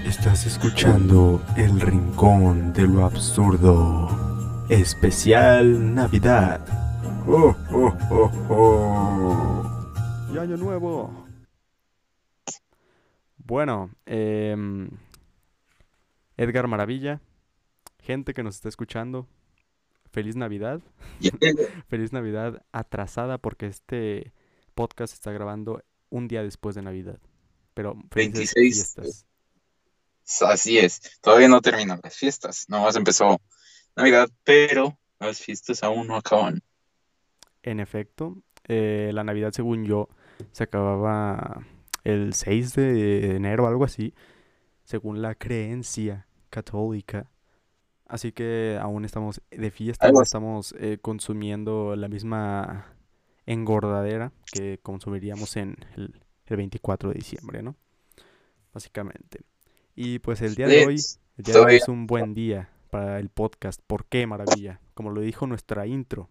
Estás escuchando El Rincón de lo Absurdo. Especial Navidad. ¡Oh, oh, oh, oh! ¡Y año nuevo! Bueno, Edgar Maravilla, gente que nos está escuchando, feliz Navidad. Ya, Feliz Navidad atrasada porque este podcast se está grabando un día después de Navidad. Pero felices 26, fiestas. así es. Todavía no terminan las fiestas. Nomás empezó Navidad, pero las fiestas aún no acaban. En efecto, la Navidad, según yo, se acababa el 6 de enero, algo así, según la creencia católica. Así que aún estamos de fiesta, Algo aún así. estamos consumiendo la misma engordadera que consumiríamos en el 24 de diciembre, ¿no? Básicamente. Y pues el día de hoy Todavía. es un buen día para el podcast. ¿Por qué, maravilla? Como lo dijo nuestra intro,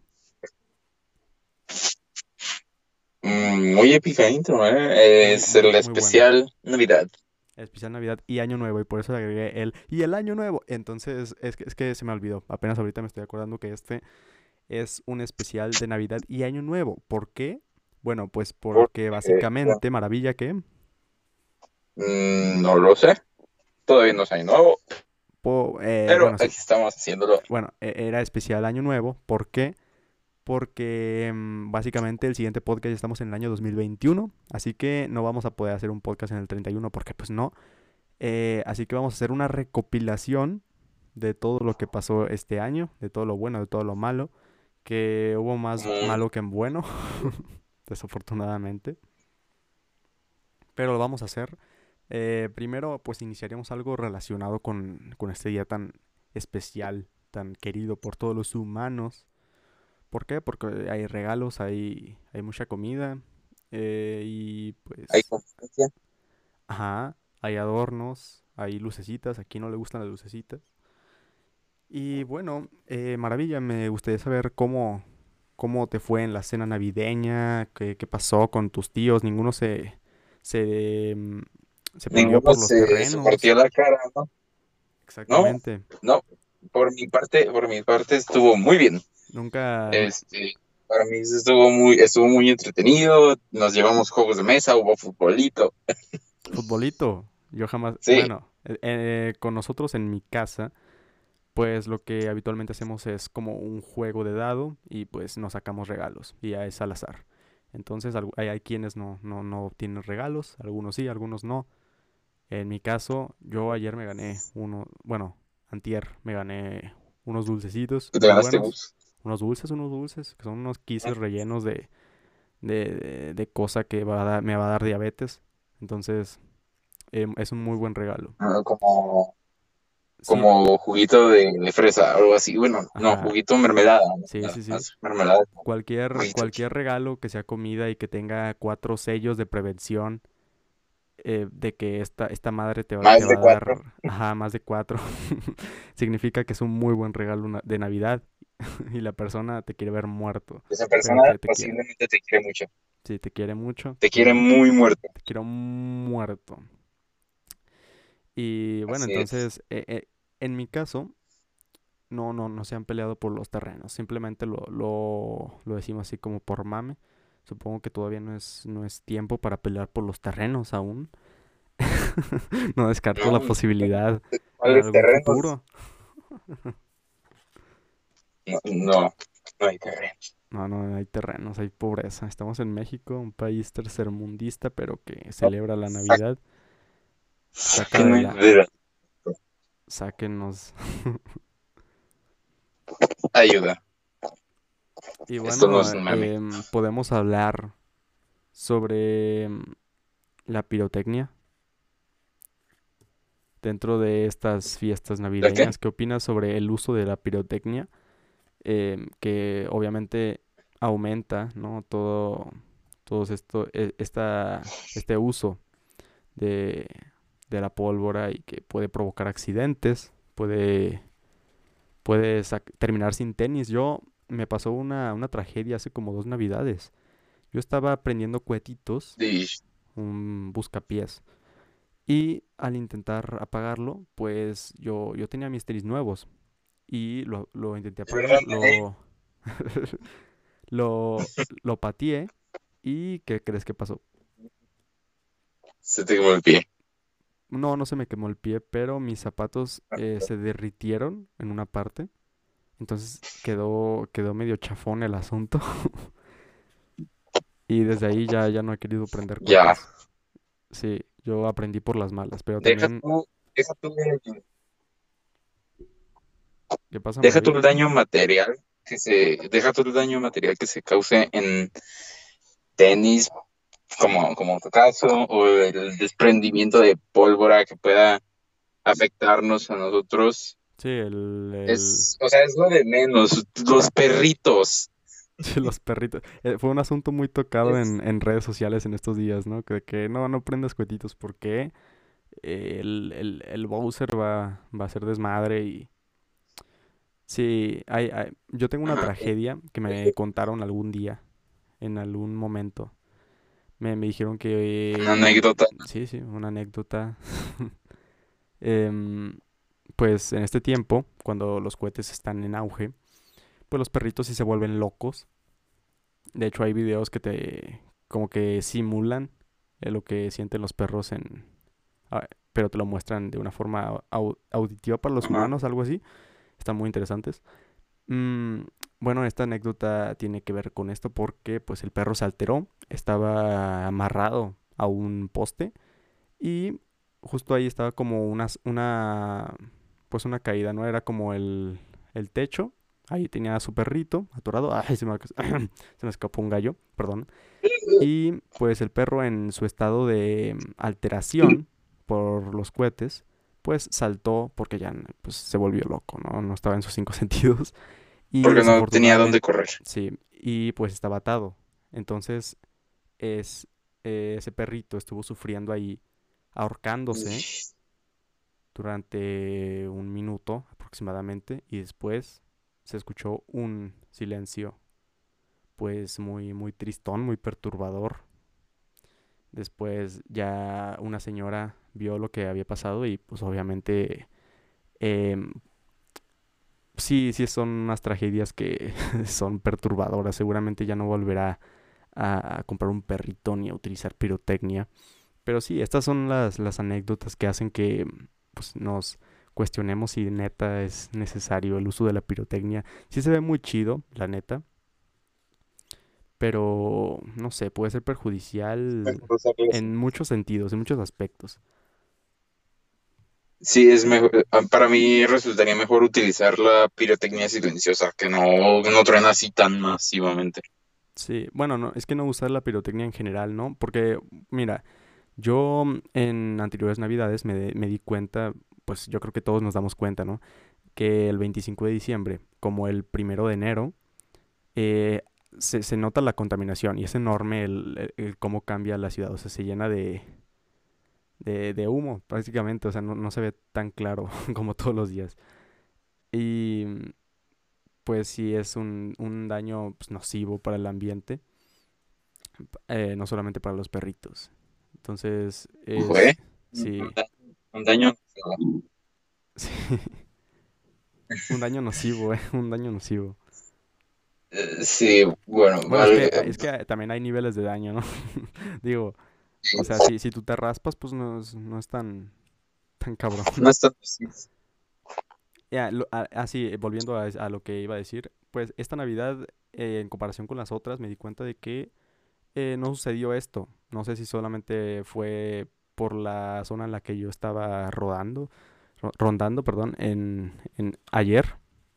Muy épica intro, ¿eh? muy, Es muy, el muy buena. especial Navidad. Especial Navidad y Año Nuevo, y por eso le agregué y el Año Nuevo. Entonces, es que se me olvidó. Apenas ahorita me estoy acordando que este es un especial de Navidad y Año Nuevo. ¿Por qué? Bueno, pues porque Bueno, básicamente, maravilla que no lo sé. Todavía no hay nuevo, pero bueno, sí, aquí estamos haciéndolo. bueno, era especial Año Nuevo. ¿Por qué? Porque básicamente el siguiente podcast ya estamos en el año 2021, así que no vamos a poder hacer un podcast en el 31 porque pues no. Así que vamos a hacer una recopilación de todo lo que pasó este año, de todo lo bueno, de todo lo malo, que hubo más Como malo que en bueno, desafortunadamente, pero lo vamos a hacer. Primero, pues iniciaríamos algo relacionado con este día tan especial, tan querido por todos los humanos. ¿Por qué? Porque hay regalos, hay mucha comida y hay pues, constancia. ajá, hay adornos, hay lucecitas, aquí no le gustan las lucecitas. Y bueno, maravilla, me gustaría saber cómo te fue en la cena navideña, qué pasó con tus tíos, ninguno se, mm, se peleó Ninguno por los se partió terrenos. la cara, ¿no? No, Exactamente. no. Por mi parte estuvo muy bien. Nunca, Este, para mí estuvo muy entretenido. Nos llevamos juegos de mesa, hubo futbolito. futbolito, yo jamás, Sí, bueno, con nosotros en mi casa, pues lo que habitualmente hacemos es como un juego de dado y pues nos sacamos regalos y ya es al azar. Entonces hay quienes no obtienen regalos, algunos sí, algunos no. En mi caso, yo ayer me gané bueno, antier me gané unos dulcecitos tú te muy ganaste buenos. bus. Unos dulces, que son unos quises rellenos de cosa que me va a dar diabetes. Entonces, es un muy buen regalo. Ah, Sí, como juguito de fresa, algo así. Bueno, no, ajá, juguito mermelada. sí, sí, sí. Más mermelada. Juguitos. Cualquier regalo que sea comida y que tenga 4 sellos de prevención de que esta madre te Más va de a cuatro. dar, ajá, más de 4, significa que es un muy buen regalo de Navidad y la persona te quiere ver muerto, Esa pero persona te quiere. posiblemente te quiere mucho. Sí, te quiere mucho Te quiere y muy muerto. te quiero muerto. Y bueno, Así es. entonces, en mi caso, no se han peleado por los terrenos, simplemente lo decimos así como por mame. Supongo que todavía no es tiempo para pelear por los terrenos aún. No descarto la No, posibilidad en ¿cuáles algún terrenos? futuro. No, no, no hay terrenos. No hay terrenos, hay pobreza. Estamos en México, un país tercermundista, pero que celebra la Navidad. Saca de Sáquenme la... de la Sáquenos. ayuda. Y Esto no bueno, es un meme. podemos hablar sobre la pirotecnia dentro de estas fiestas ¿La qué? navideñas. ¿Qué opinas sobre el uso de la pirotecnia? Que obviamente aumenta, ¿no? Todo esto, este uso de, de la pólvora y que puede provocar accidentes, puede terminar sin tenis. Me pasó una tragedia hace como 2 Navidades. Yo estaba prendiendo cohetitos, Dish. un buscapiés, Y al intentar apagarlo, pues yo tenía mis tenis nuevos y lo intenté Es apagar, verdad, lo pateé y ¿qué crees que pasó? se te quemó el pie. No, no se me quemó el pie, pero mis zapatos se derritieron en una parte. Entonces quedó medio chafón el asunto. Y desde ahí ya no he querido prender Ya, cohetes. Sí, yo aprendí por las malas, pero deja también, tú, deja tú, ¿qué pasa, deja tú Maravilla? el daño material deja tú el daño material que se cause en tenis, como tu caso, o el desprendimiento de pólvora que pueda afectarnos a nosotros. Sí, O sea, es lo de menos. Los perritos. sí, los perritos. Fue un asunto muy tocado Es- en redes sociales en estos días, ¿no? Que no prendas cohetitos porque el Bowser va a ser desmadre y... Sí, yo tengo una Ajá. tragedia que me contaron algún día, en algún momento. Me dijeron Una que... anécdota. Sí, sí, una anécdota. Em, pues en este tiempo, cuando los cohetes están en auge, pues los perritos sí se vuelven locos. De hecho, hay videos que como que simulan lo que sienten los perros pero te lo muestran de una forma auditiva para los Ajá. humanos, algo así. Están muy interesantes. Mm, bueno, esta anécdota tiene que ver con esto porque pues el perro se alteró, estaba amarrado a un poste y justo ahí estaba como pues una caída, ¿no? Era como el techo. Ahí tenía a su perrito atorado. Ay, se me escapó un gallo, perdón. Y pues el perro en su estado de alteración por los cohetes, pues saltó porque ya pues, se volvió loco, ¿no? No estaba en sus cinco sentidos. Y Porque no tenía dónde desafortunadamente, correr. sí, y pues estaba atado. Entonces es, ese perrito estuvo sufriendo ahí, ahorcándose durante un minuto aproximadamente y después se escuchó un silencio pues muy tristón, muy perturbador. Después ya una señora vio lo que había pasado y pues obviamente em, sí son unas tragedias que son perturbadoras. Seguramente ya no volverá a comprar un perrito ni a utilizar pirotecnia. Pero sí, estas son las anécdotas que hacen que pues, nos cuestionemos si neta es necesario el uso de la pirotecnia. Sí se ve muy chido, la neta, pero no sé, puede ser perjudicial Mejor usarlo así. en muchos sentidos, en muchos aspectos. Sí, es mejor. Para mí resultaría mejor utilizar la pirotecnia silenciosa, que no truena así tan masivamente. Sí, bueno, no, es que no usar la pirotecnia en general, ¿no? Porque, mira, yo en anteriores navidades me di cuenta, pues yo creo que todos nos damos cuenta, ¿no? Que el 25 de diciembre, como el 1 de enero, eh, se nota la contaminación y es enorme el cómo cambia la ciudad, o sea, se llena de humo prácticamente, o sea, no se ve tan claro como todos los días. Y pues sí es un daño pues, nocivo para el ambiente, no solamente para los perritos. Entonces Ojo, ¿eh? Un sí, un daño. sí, un daño nocivo, un daño nocivo. Sí, bueno, Bueno, es que también hay niveles de daño, ¿no? Digo, o sea, si tú te raspas, pues no es tan cabrón. no está. Ya, así, volviendo a lo que iba a decir, pues esta Navidad, en comparación con las otras, me di cuenta de que no sucedió esto. No sé si solamente fue por la zona en la que yo estaba rondando, perdón, en ayer,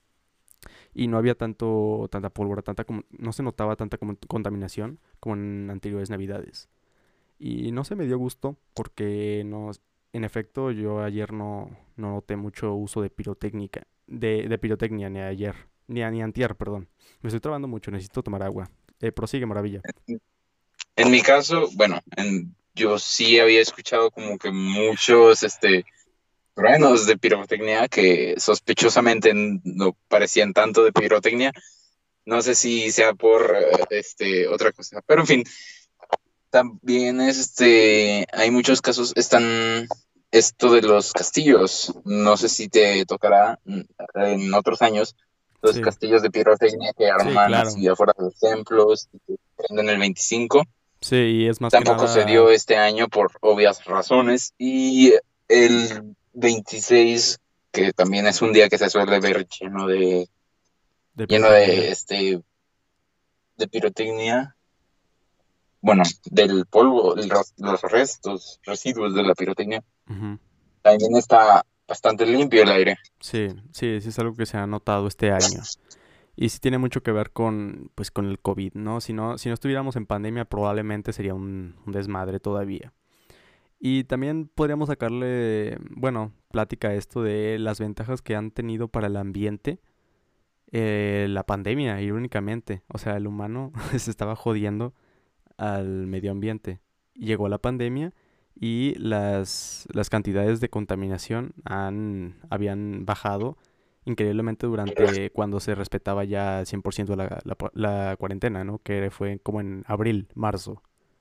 y no había tanta pólvora, no se notaba tanta contaminación como en anteriores Navidades. Y no se me dio gusto porque no, en efecto yo ayer no noté mucho uso de de pirotecnia ni ayer, ni antier, perdón. Me estoy trabando mucho, necesito tomar agua. Prosigue, maravilla. En mi caso, bueno, yo sí había escuchado como que muchos truenos de pirotecnia que sospechosamente no parecían tanto de pirotecnia. No sé si sea por otra cosa, pero en fin, también hay muchos casos, están esto de los castillos. No sé si te tocará en otros años los Sí, castillos de pirotecnia que sí, arman claro. así afuera de los templos y que prenden el 25. Sí, y es más que Tampoco se nada, dio este año por obvias razones. Y el 26, que también es un día que se suele ver de lleno pirotecnia. de pirotecnia, bueno, del polvo, los restos, residuos de la pirotecnia, Ujú. también está bastante limpio el aire. Sí, sí, sí es algo que se ha notado este año. Y sí tiene mucho que ver con, pues, con el COVID, ¿no? Si no estuviéramos en pandemia, probablemente sería un desmadre todavía. Y también podríamos sacarle, bueno, plática a esto de las ventajas que han tenido para el ambiente la pandemia, irónicamente. O sea, el humano se estaba jodiendo al medio ambiente. Llegó la pandemia y las cantidades de contaminación habían bajado increíblemente durante cuando se respetaba ya al 100% la cuarentena, ¿no? Que fue como en abril, marzo.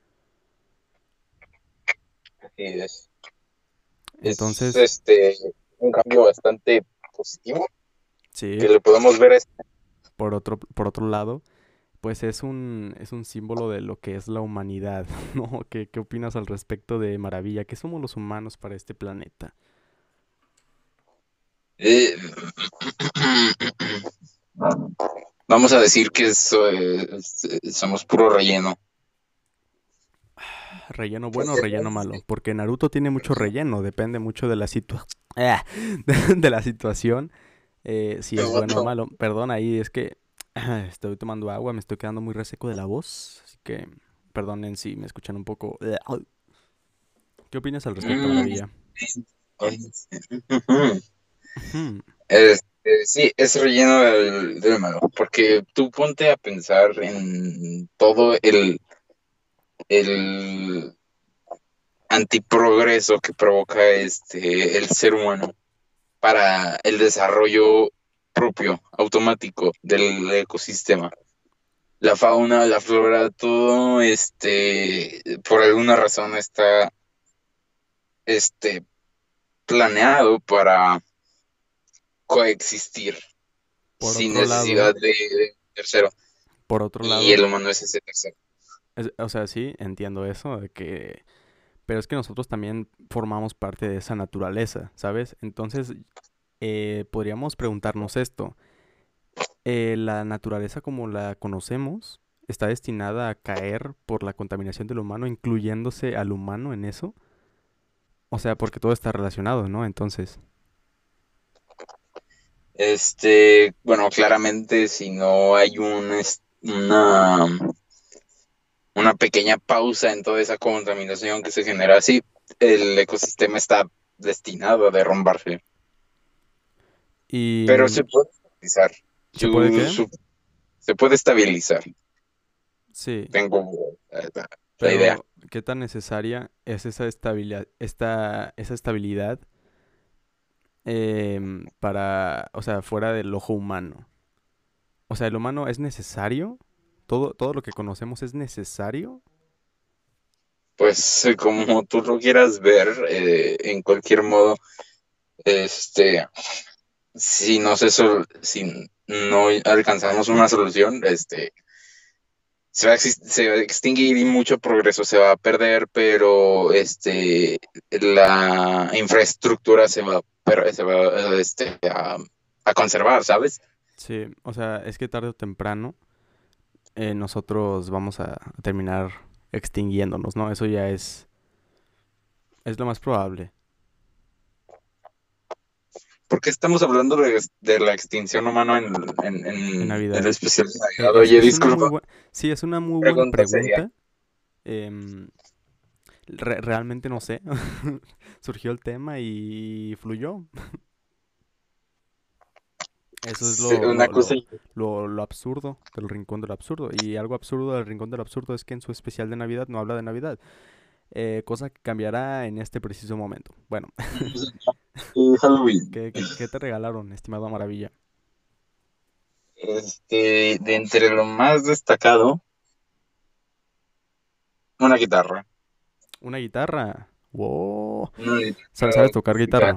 Así es Entonces, un cambio bastante positivo que sí, le podemos ver. por otro lado, pues es un símbolo de lo que es la humanidad, ¿no? ¿Qué opinas al respecto de Maravilla? ¿Qué somos los humanos para este planeta? Eh, Vamos a decir que somos puro relleno. ¿Relleno bueno o relleno malo? Porque Naruto tiene mucho relleno, depende mucho de la de la situación, si es bueno o malo. Perdón, ahí es que estoy tomando agua, me estoy quedando muy reseco de la voz, así que perdonen si me escuchan un poco. ¿Qué opinas al respecto, Mm, Maravilla? Ujú. sí, es relleno del malo, porque tú ponte a pensar en todo el antiprogreso que provoca el ser humano para el desarrollo propio, automático del ecosistema. La fauna, la flora, todo por alguna razón está este, planeado para coexistir Por sin otro lado, necesidad de tercero. por otro Y el lado, humano es ese tercero. o sea, sí, entiendo eso, pero es que nosotros también formamos parte de esa naturaleza, ¿sabes? Entonces, podríamos preguntarnos esto. ¿La naturaleza como la conocemos está destinada a caer por la contaminación del humano, incluyéndose al humano en eso? O sea, porque todo está relacionado, ¿no? Entonces, Bueno, claramente si no hay una pequeña pausa en toda esa contaminación que se genera así, el ecosistema está destinado a derrumbarse. ¿y Pero se puede estabilizar. se puede Su- qué? su- Se puede estabilizar. Sí, Tengo la idea. pero ¿qué tan necesaria es esa estabilidad para, o sea, fuera del ojo humano? O sea, ¿el humano es necesario? ¿Todo lo que conocemos es necesario? Pues como tú lo quieras ver, en cualquier modo, este, si no alcanzamos una solución, se va a extinguir y mucho progreso se va a perder, pero la infraestructura se va a conservar, ¿sabes? Sí, o sea, es que tarde o temprano nosotros vamos a terminar extinguiéndonos, ¿no? Eso ya es lo más probable. Porque estamos hablando de la extinción humana En en el Navidad. especial de Eh, Navidad. es, Oye, es una muy disculpa, buena, sí, es una muy buena pregunta seria. pregunta. Em, realmente no sé. Surgió el tema y fluyó. Eso es lo, Una lo, cosa, lo, lo absurdo del Rincón del Absurdo. Y algo absurdo del Rincón del Absurdo es que en su especial de Navidad no habla de Navidad. Cosa que cambiará en este preciso momento. Bueno, Halloween. ¿qué te regalaron, estimado Maravilla? De entre lo más destacado, una guitarra. Una guitarra. Wow. No, ¿Sabes tocar ya. guitarra?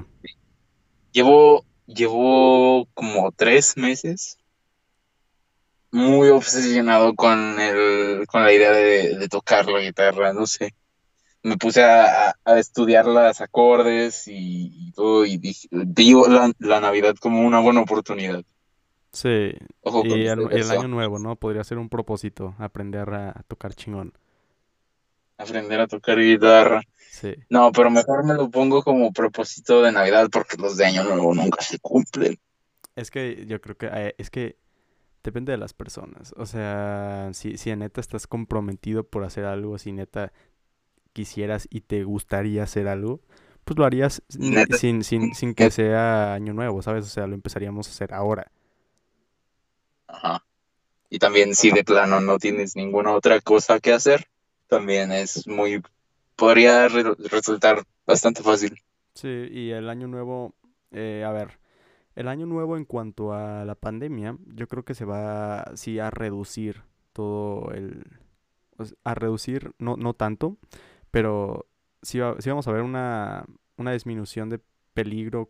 Llevo como 3 meses muy obsesionado con la idea de tocar la guitarra, no sé. Me puse a estudiar las acordes y todo, y vi la Navidad como una buena oportunidad. Sí. Ojo con Y el eso. año nuevo, ¿no? Podría ser un propósito, aprender a tocar chingón. Aprender a tocar guitarra. Sí. No, pero mejor me lo pongo como propósito de Navidad porque los de Año Nuevo nunca se cumplen. Es que yo creo que es que depende de las personas. O sea, si neta estás comprometido por hacer algo, si neta quisieras y te gustaría hacer algo, pues lo harías Neta, sin que neta, sea año nuevo, ¿sabes? O sea, lo empezaríamos a hacer ahora. ajá. Y también si de plano no tienes ninguna otra cosa que hacer, también podría resultar bastante fácil. Sí, y el año nuevo, a ver, el año nuevo en cuanto a la pandemia, yo creo que se va, sí, a reducir todo a reducir, no tanto, pero sí vamos a ver una disminución de peligro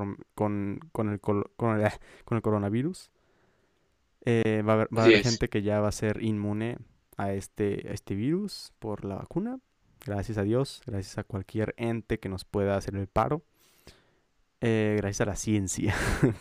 con el coronavirus. Va a Así haber es. gente que ya va a ser inmune a este virus por la vacuna. Gracias a Dios, gracias a cualquier ente que nos pueda hacer el paro. Gracias a la ciencia.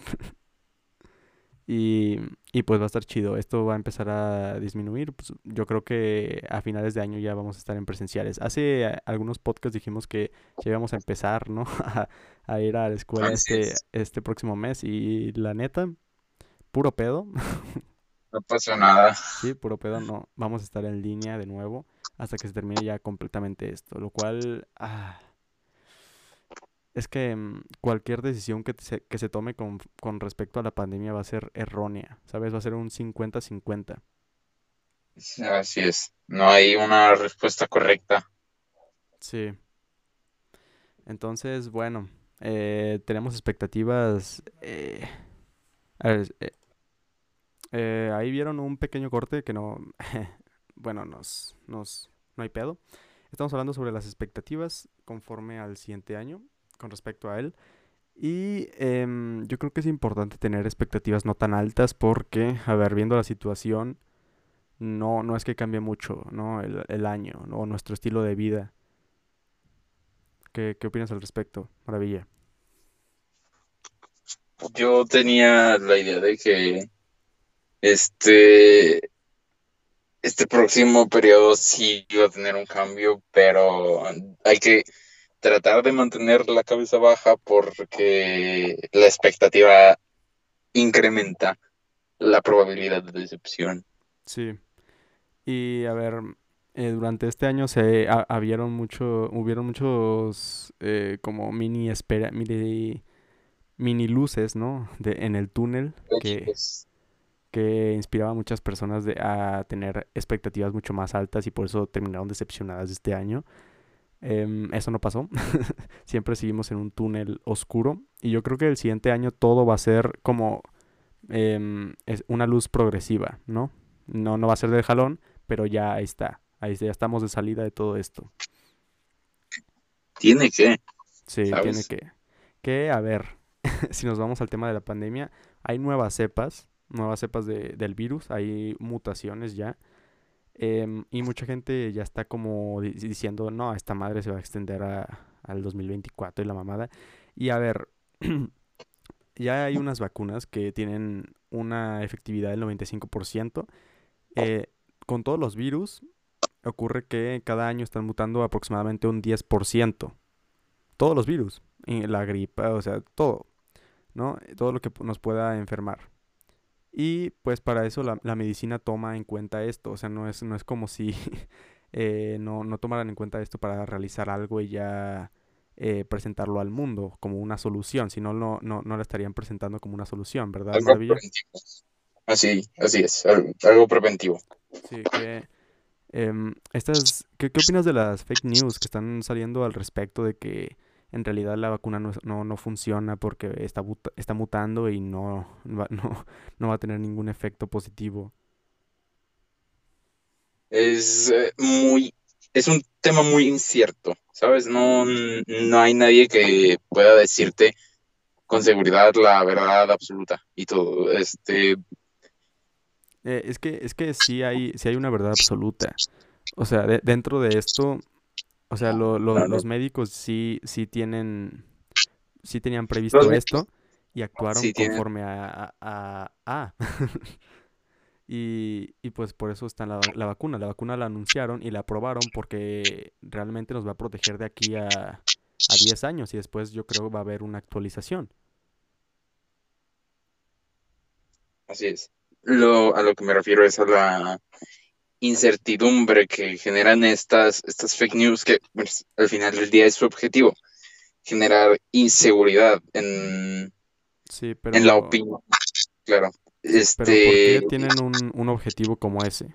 Y, y pues va a estar chido. Esto va a empezar a disminuir. Pues, yo creo que a finales de año ya vamos a estar en presenciales. Hace algunos podcasts dijimos que ya íbamos a empezar, ¿no? A ir a la escuela Así es. este próximo mes. Y la neta, puro pedo. No pasó nada. Sí, puro pedo. No, vamos a estar en línea de nuevo hasta que se termine ya completamente esto. Lo cual, es que cualquier decisión que se tome con respecto a la pandemia va a ser errónea, ¿sabes? Va a ser un 50-50. Así es. No hay una respuesta correcta. Sí, entonces, bueno, tenemos expectativas. A ver, ahí vieron un pequeño corte que no, bueno, no hay pedo. Estamos hablando sobre las expectativas conforme al siguiente año con respecto a él. Y yo creo que es importante tener expectativas no tan altas porque, a ver, viendo la situación, no es que cambie mucho, ¿no? El año, ¿no? O nuestro estilo de vida. ¿Qué opinas al respecto? Maravilla. Yo tenía la idea de que este, este próximo periodo sí iba a tener un cambio, pero hay que tratar de mantener la cabeza baja porque la expectativa incrementa la probabilidad de decepción. Sí. Y a ver, durante este año hubieron muchos como mini luces, ¿no? En el túnel Chicos, que inspiraba a muchas personas a tener expectativas mucho más altas y por eso terminaron decepcionadas este año. Eso no pasó. Siempre seguimos en un túnel oscuro y yo creo que el siguiente año todo va a ser como es una luz progresiva, ¿no? No va a ser del jalón, pero ya está. Ya estamos de salida de todo esto. tiene que, Sí, tiene ¿sabes? que a ver, si nos vamos al tema de la pandemia, hay nuevas cepas del virus, hay mutaciones ya. Y mucha gente ya está como diciendo, no, esta madre se va a extender al 2024 y la mamada. Y a ver, ya hay unas vacunas que tienen una efectividad del 95%. Eh, con todos los virus, ocurre que cada año están mutando aproximadamente un 10%. Todos los virus, y la gripa, o sea, todo, ¿no? Todo lo que nos pueda enfermar. Y pues para eso la medicina toma en cuenta esto, o sea, no es como si no tomaran en cuenta esto para realizar algo y ya presentarlo al mundo como una solución, si no, no la estarían presentando como una solución, ¿verdad, Algo Maravilla? preventivo. Así es, algo preventivo. Sí, ¿qué opinas de las fake news que están saliendo al respecto de que en realidad la vacuna no funciona porque está mutando y no va a tener ningún efecto positivo? Es muy es un tema muy incierto, ¿sabes? No hay nadie que pueda decirte con seguridad la verdad absoluta y todo. Es que sí hay una verdad absoluta. O sea, dentro de esto, o sea, los médicos sí tenían Los previsto médicos esto y actuaron sí tienen, conforme y pues por eso está la vacuna. La vacuna la anunciaron y la aprobaron porque realmente nos va a proteger de aquí a 10 años y después yo creo va a haber una actualización. así es. A lo que me refiero es a la incertidumbre que generan estas fake news que pues, al final del día es su objetivo, generar inseguridad Sí, en la opinión, claro. sí, pero ¿por Este, qué tienen un objetivo como ese?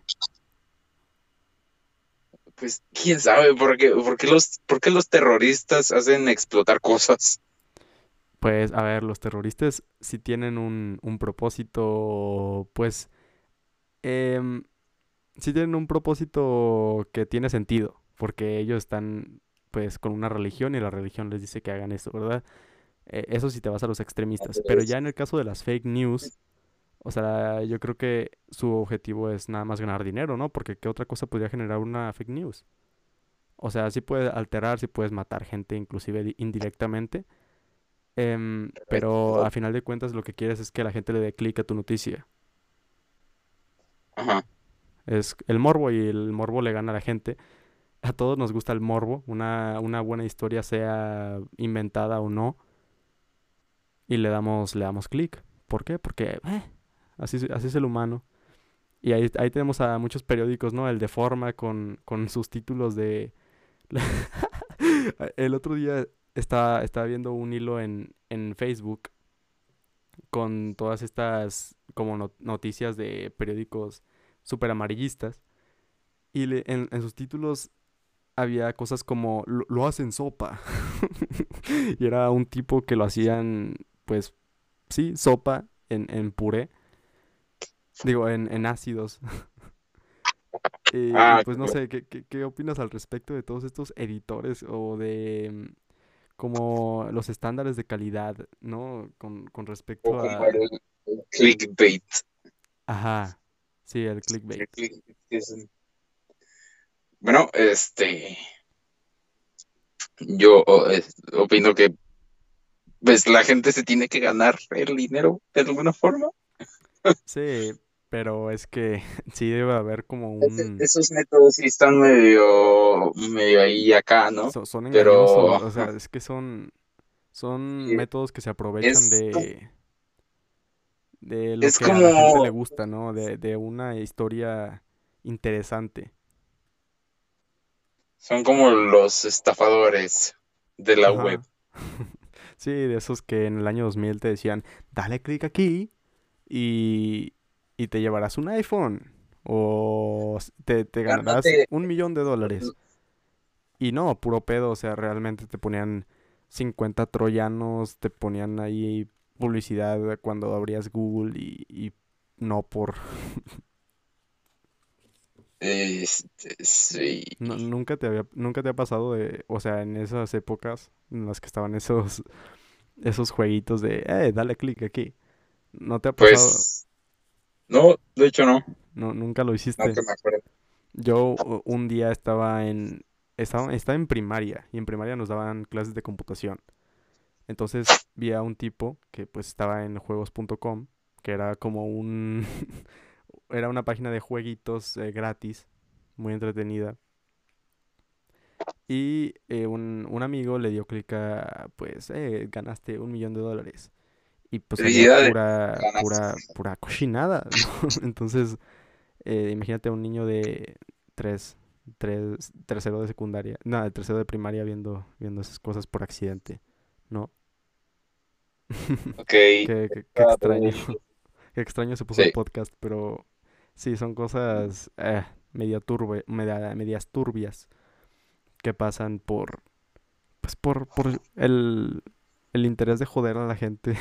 pues quién sabe por qué los terroristas hacen explotar cosas. Pues, a ver, los terroristas sí tienen un propósito, pues, em, sí tienen un propósito que tiene sentido, porque ellos están, pues, con una religión y la religión les dice que hagan eso, ¿verdad? Eso si te vas a los extremistas. Pero ya en el caso de las fake news, o sea, yo creo que su objetivo es nada más ganar dinero, ¿no? Porque ¿qué otra cosa podría generar una fake news? O sea, sí puede alterar, sí puedes matar gente, inclusive indirectamente. Pero a final de cuentas lo que quieres es que la gente le dé clic a tu noticia. Ajá. Es el morbo y el morbo le gana a la gente. A todos nos gusta el morbo, una buena historia sea inventada o no, y le damos clic. ¿Por qué? Porque así es el humano. Y ahí tenemos a muchos periódicos, ¿no? El de Forma con sus títulos de... El otro día estaba viendo un hilo en Facebook con todas estas como noticias de periódicos súper amarillistas. Y en sus títulos había cosas como lo hacen sopa. Y era un tipo que lo hacían, pues, sí, sopa en puré. Digo, en ácidos. Y Ah, pues no sé, ¿qué opinas al respecto de todos estos editores o de como los estándares de calidad, ¿no? Con o respecto como a... el clickbait. Ajá, sí, el El clickbait. clickbait bueno, yo opino que pues la gente se tiene que ganar el dinero de alguna forma. Sí, pero es que sí debe haber como un... Esos métodos sí están medio ahí acá, ¿no? son Pero engañosos, o sea, es que son eh, métodos que se aprovechan es, de lo es que a la gente le como, gusta, ¿no? De una historia interesante. son como los estafadores de la web. Ajá. Sí, de esos que en el año 2000 te decían, dale clic aquí y, y te llevarás un iPhone o te ganarás Gánate, 1 millón de dólares. Y no, puro pedo, o sea, realmente te ponían 50 troyanos, te ponían ahí publicidad cuando abrías Google y no por... sí. Nunca te ha pasado de, o sea, en esas épocas en las que estaban esos jueguitos de, dale clic aquí. ¿No te ha pasado? Pues, no, de hecho no, No, nunca lo no hiciste. que me acuerdo. Yo un día estaba en primaria y en primaria nos daban clases de computación. Entonces vi a un tipo que pues estaba en juegos.com, que era como era una página de jueguitos gratis, muy entretenida. Y un amigo le dio clic a, pues, ganaste 1 millón de dólares. Y pues salía Felicidades, pura cochinada, ¿no? Entonces, imagínate a un niño de tres, tercero de secundaria, no, de tercero de primaria viendo esas cosas por accidente, ¿no? ok, Qué extraño, qué extraño se puso el sí, podcast, pero sí, son cosas medias turbias que pasan pues por el interés de joder a la gente.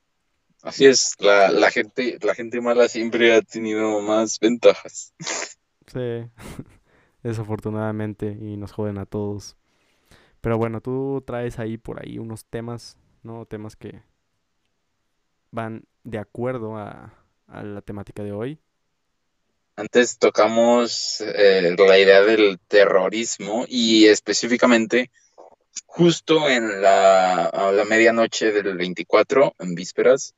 así es, la gente mala siempre ha tenido más ventajas. Sí, desafortunadamente, y nos joden a todos. Pero bueno, tú traes ahí por ahí unos temas, ¿no? Temas que van de acuerdo a la temática de hoy. Antes tocamos la idea del terrorismo y específicamente justo a la medianoche del 24, en vísperas,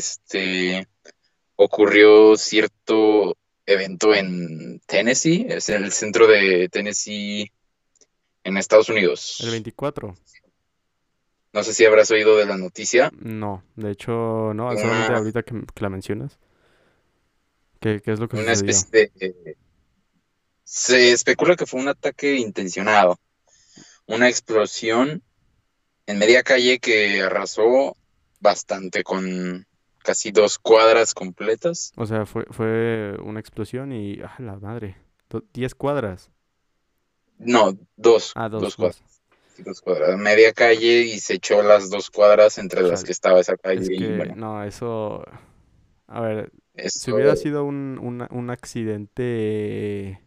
ocurrió cierto evento en Tennessee, es en el centro de Tennessee en Estados El Unidos. 24. No sé si habrás oído de la noticia. No, de hecho, no, solamente Una, ahorita que la mencionas. ¿Qué es lo que una sucedió? especie de... Se especula que fue un ataque intencionado, una explosión en media calle que arrasó bastante con casi 2 cuadras completas. O sea, fue una explosión y... ¡Ah, la madre! 10 cuadras. No, dos, Ah, dos dos. cuadras. Sí, 2 cuadras. Media calle y se echó las 2 cuadras entre las Chale. que estaba esa calle Es y que, bueno, no, eso... A ver, si hubiera eso sido un accidente,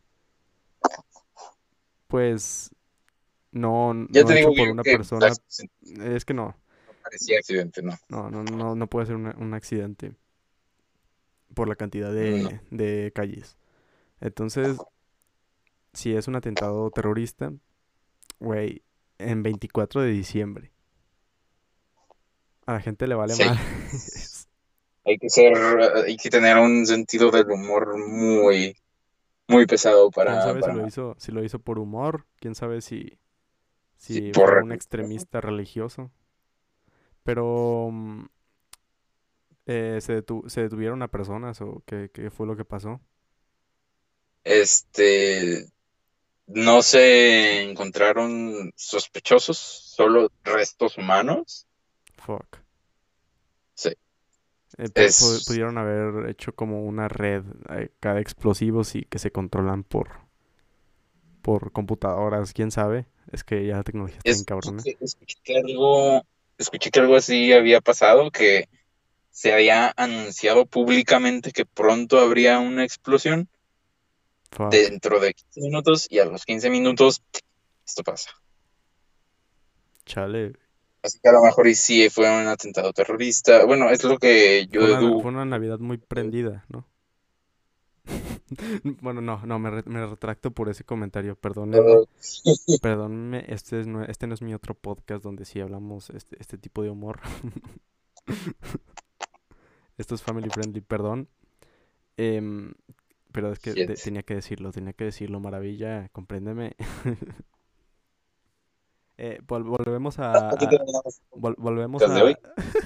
pues, ya te no digo hecho por yo una que persona, es que no. no parecía accidente, no. No puede ser un accidente por la cantidad No. de calles. Entonces, si es un atentado terrorista, güey, en 24 de diciembre, a la gente le vale Sí, mal. hay que tener un sentido del humor muy, muy pesado ¿Quién sabe para si lo hizo por humor? ¿Quién sabe sí, si fue por un extremista religioso? Pero, ¿se detuvieron a personas o qué fue lo que pasó? este no se encontraron sospechosos, solo restos humanos. Fuck. Sí, es Pudieron haber hecho como una red acá de explosivos y que se controlan por computadoras, quién sabe. Es que ya la tecnología está bien cabrona. escuché que algo así había pasado, que se había anunciado públicamente que pronto habría una explosión Fuck. dentro de 15 minutos y a los 15 minutos esto pasa. Chale. Así que a lo mejor y sí fue un atentado terrorista. Bueno, es lo que yo deduzco. Fue una Navidad muy prendida, ¿no? Bueno, me retracto por ese comentario, perdónenme. Perdónenme, este no es mi otro podcast donde sí hablamos este tipo de humor. Esto es family friendly, perdón. Em, pero es que Shit. tenía que decirlo, maravilla, compréndeme. Volvemos Aquí terminamos volvemos el de hoy.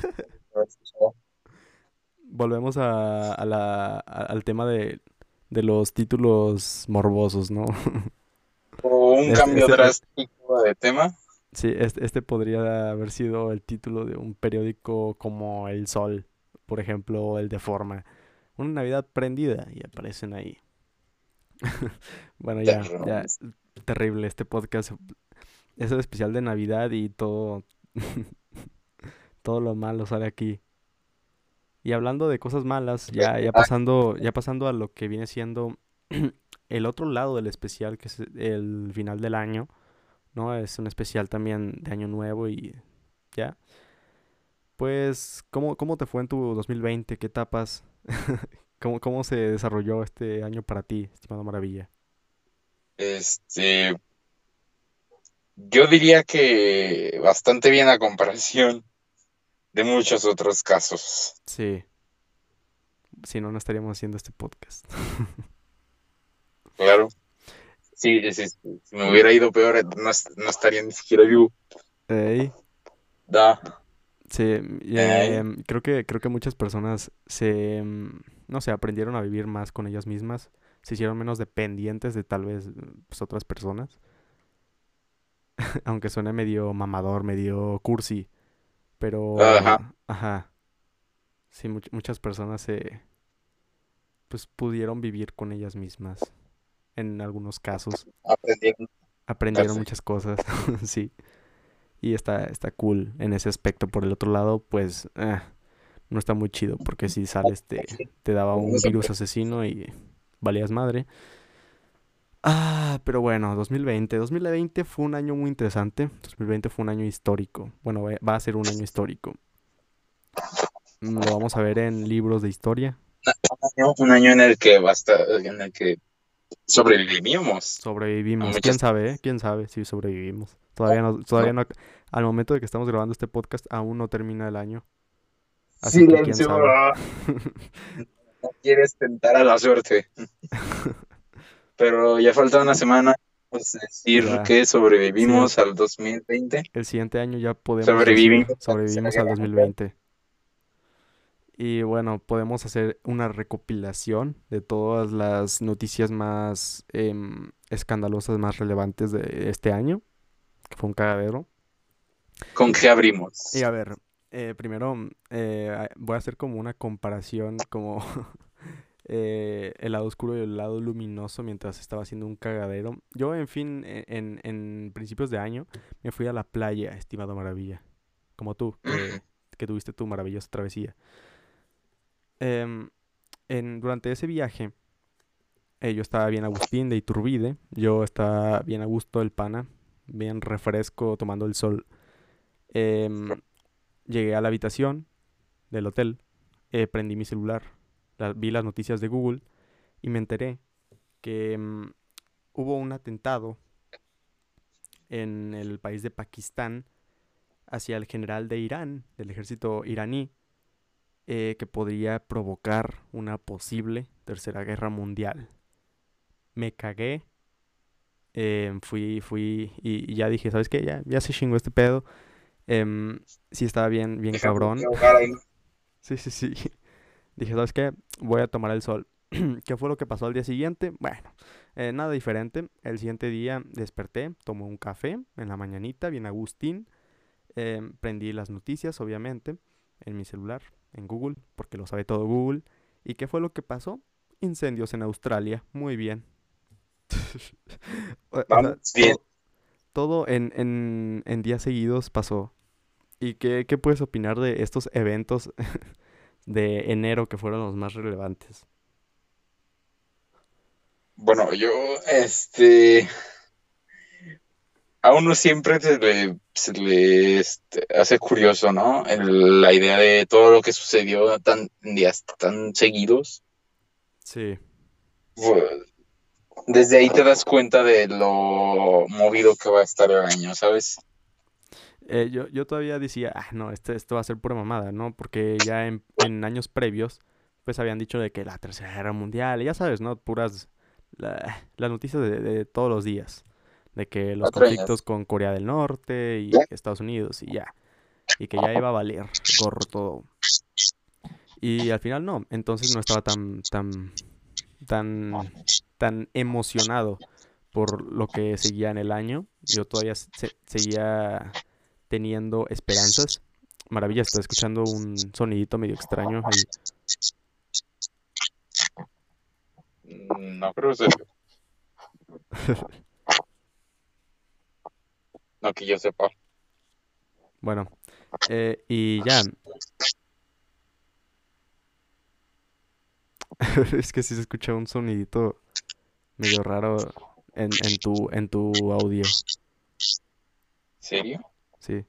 volvemos al tema de los títulos morbosos, ¿no? O un Este, cambio este, drástico de tema. sí, este podría haber sido el título de un periódico como El Sol, por ejemplo, el de Forma. Una Navidad prendida y aparecen ahí. Bueno, ya, Terrores. terrible este podcast. Es el especial de Navidad y todo lo malo sale aquí. Y hablando de cosas malas, ya pasando a lo que viene siendo el otro lado del especial, que es el final del año, ¿no? Es un especial también de Año Nuevo y ya. Pues, cómo te fue en tu 2020? ¿Qué etapas? Cómo se desarrolló este año para ti, estimado Maravilla? Este, yo diría que bastante bien a comparación de muchos otros casos. Sí, si no, no estaríamos haciendo este podcast. Claro. Sí, si me hubiera ido peor, no estaría ni siquiera vivo. Ey, Da. sí, Ay, creo que muchas personas no sé, aprendieron a vivir más con ellas mismas, se hicieron menos dependientes de tal vez pues, otras personas, aunque suene medio mamador, medio cursi, ajá. pero, ajá, sí, muchas personas pues pudieron vivir con ellas mismas, en algunos casos, Aprendieron a aprendieron darse. muchas cosas, sí, y está cool en ese aspecto. Por el otro lado, pues, no está muy chido, porque si sales te daba un virus asesino y valías madre. Pero bueno, 2020. 2020 fue un año muy interesante. 2020 fue un año histórico. Bueno, va a ser un año histórico. Lo vamos a ver en libros de historia. Un año en el que en el que sobrevivimos a Sobrevivimos. ¿Quién muchas sabe? ¿Quién sabe si sobrevivimos? cosas, Todavía ¿no? no. Al momento de que estamos grabando este podcast, aún no termina el año. Así que quién Silencio, sabe. no quieres tentar a la suerte, pero ya falta una semana, pues decir Ya. que Sí, sobrevivimos al 2020, el siguiente año ya podemos decir sobrevivimos a la Tercera sobrevivimos al Guerra Mundial. 2020. Y bueno, podemos hacer una recopilación de todas las noticias más escandalosas, más relevantes de este año, que fue un cagadero. ¿Con qué Y abrimos? a ver, primero voy a hacer como una comparación, como el lado oscuro y el lado luminoso mientras estaba haciendo un cagadero. Yo, en fin, en principios de año me fui a la playa, estimado Maravilla, como tú, que tuviste tu maravillosa travesía. Em, durante ese viaje, yo estaba bien Agustín de Iturbide, yo estaba bien a gusto del pana, bien refresco, tomando el sol. Em, Llegué a la habitación del hotel, prendí mi celular, vi las noticias de Google y me enteré que hubo un atentado en el país de Pakistán hacia el general de Irán, del ejército iraní, que podría provocar una posible tercera guerra mundial. Me cagué, fui y ya dije, ¿sabes qué? Ya se chingó este pedo. Em, sí estaba bien, bien Dejamos cabrón. de ahogar ahí. Sí, sí, sí. Dije, ¿sabes qué? Voy a tomar el sol. ¿Qué fue lo que pasó al día siguiente? Bueno, nada diferente. El siguiente día desperté, tomé un café en la mañanita, bien Agustín. Prendí las noticias, obviamente, en mi celular, en Google, porque lo sabe todo Google. ¿Y qué fue lo que pasó? Incendios en Australia. Muy bien. O sea, Vamos bien. todo en días seguidos pasó. ¿Y qué puedes opinar de estos eventos de enero que fueron los más relevantes? Bueno, a uno siempre se le hace curioso, ¿no? La idea de todo lo que sucedió en días tan seguidos. Sí. Fu- Desde ahí te das cuenta de lo movido que va a estar el año, ¿sabes? Yo todavía decía, no, esto va a ser pura mamada, ¿no? Porque ya en años previos, pues habían dicho de que la Tercera Guerra Mundial, y ya sabes, ¿no? Puras, las noticias de todos los días, de que los Cuatro conflictos años. con Corea del Norte y Estados Unidos y ya, y que ya iba a valer gorro todo. Y al final no, entonces no estaba tan, tan emocionado por lo que seguía en el año. Yo todavía seguía teniendo esperanzas. Maravilla, estoy escuchando un sonidito medio extraño ahí. No creo que sea, no que yo sepa. Bueno, y ya, es que sí se escucha un sonidito medio raro en tu audio, ¿Serio? sí.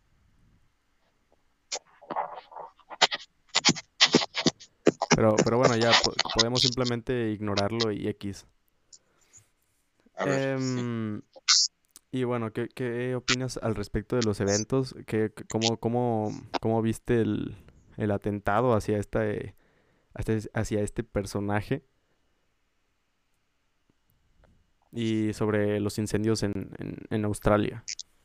Pero bueno, ya podemos simplemente ignorarlo y X. A ver, sí. Em, y bueno, ¿qué opinas al respecto de los eventos? ¿Cómo viste el atentado hacia este personaje? Y sobre los incendios en Australia.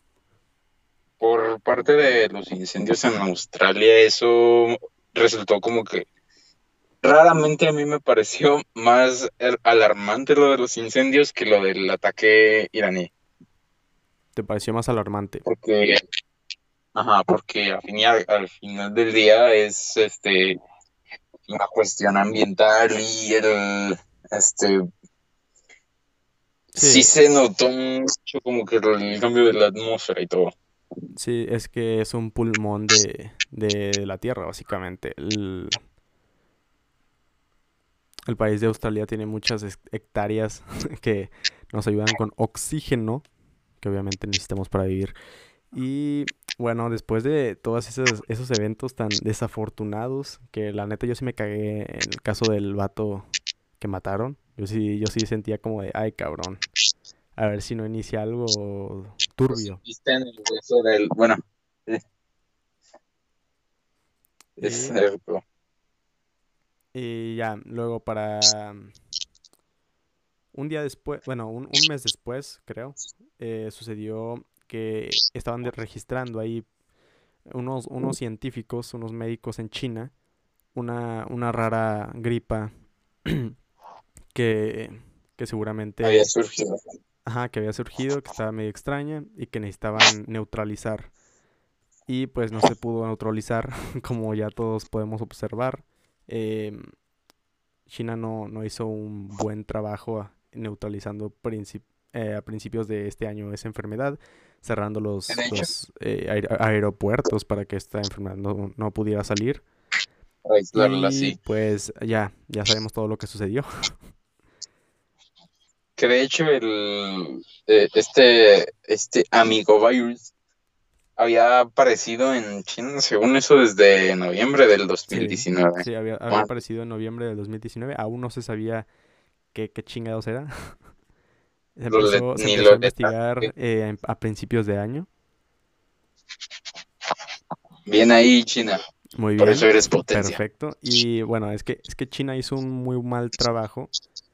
Por parte de los incendios en Australia, eso resultó como que raramente a mí me pareció más alarmante lo de los incendios que lo del ataque iraní. ¿Te pareció más alarmante? Porque, ajá, porque al final del día es una cuestión ambiental y sí Sí, se notó mucho como que el cambio de la atmósfera y todo. sí, es que es un pulmón de la Tierra, básicamente. El país de Australia tiene muchas hectáreas que nos ayudan con oxígeno, que obviamente necesitamos para vivir. Y bueno, después de todos esos eventos tan desafortunados, que la neta yo sí me cagué en el caso del vato que mataron. Yo sí sentía como de, ay cabrón, a ver si no inicia algo Pues, turbio. viste en el hueso del, bueno, es es Y, cierto. y ya, luego para un día después, bueno, un mes después, creo, sucedió que estaban registrando ahí unos científicos, unos médicos en China, una rara gripa que, que Había seguramente, surgido. ajá, que había surgido, que estaba medio extraña y que necesitaban neutralizar. Y pues no se pudo neutralizar, como ya todos podemos observar. Em, China no hizo un buen trabajo neutralizando a principios de este año esa enfermedad, cerrando De hecho, los aeropuertos para que esta enfermedad no pudiera salir. para aislarla Y así. pues ya sabemos todo lo que sucedió. Que de hecho este amigo virus había aparecido en China, según eso, desde noviembre del dos mil Sí, diecinueve sí, había Bueno, aparecido en noviembre de 2019. Aún no se sabía qué chingados era. Se ni empezó lo a letal. investigar a principios de año. Bien ahí, China. Muy Por eso bien, eres potencia. perfecto. Y bueno, es que China hizo un muy mal trabajo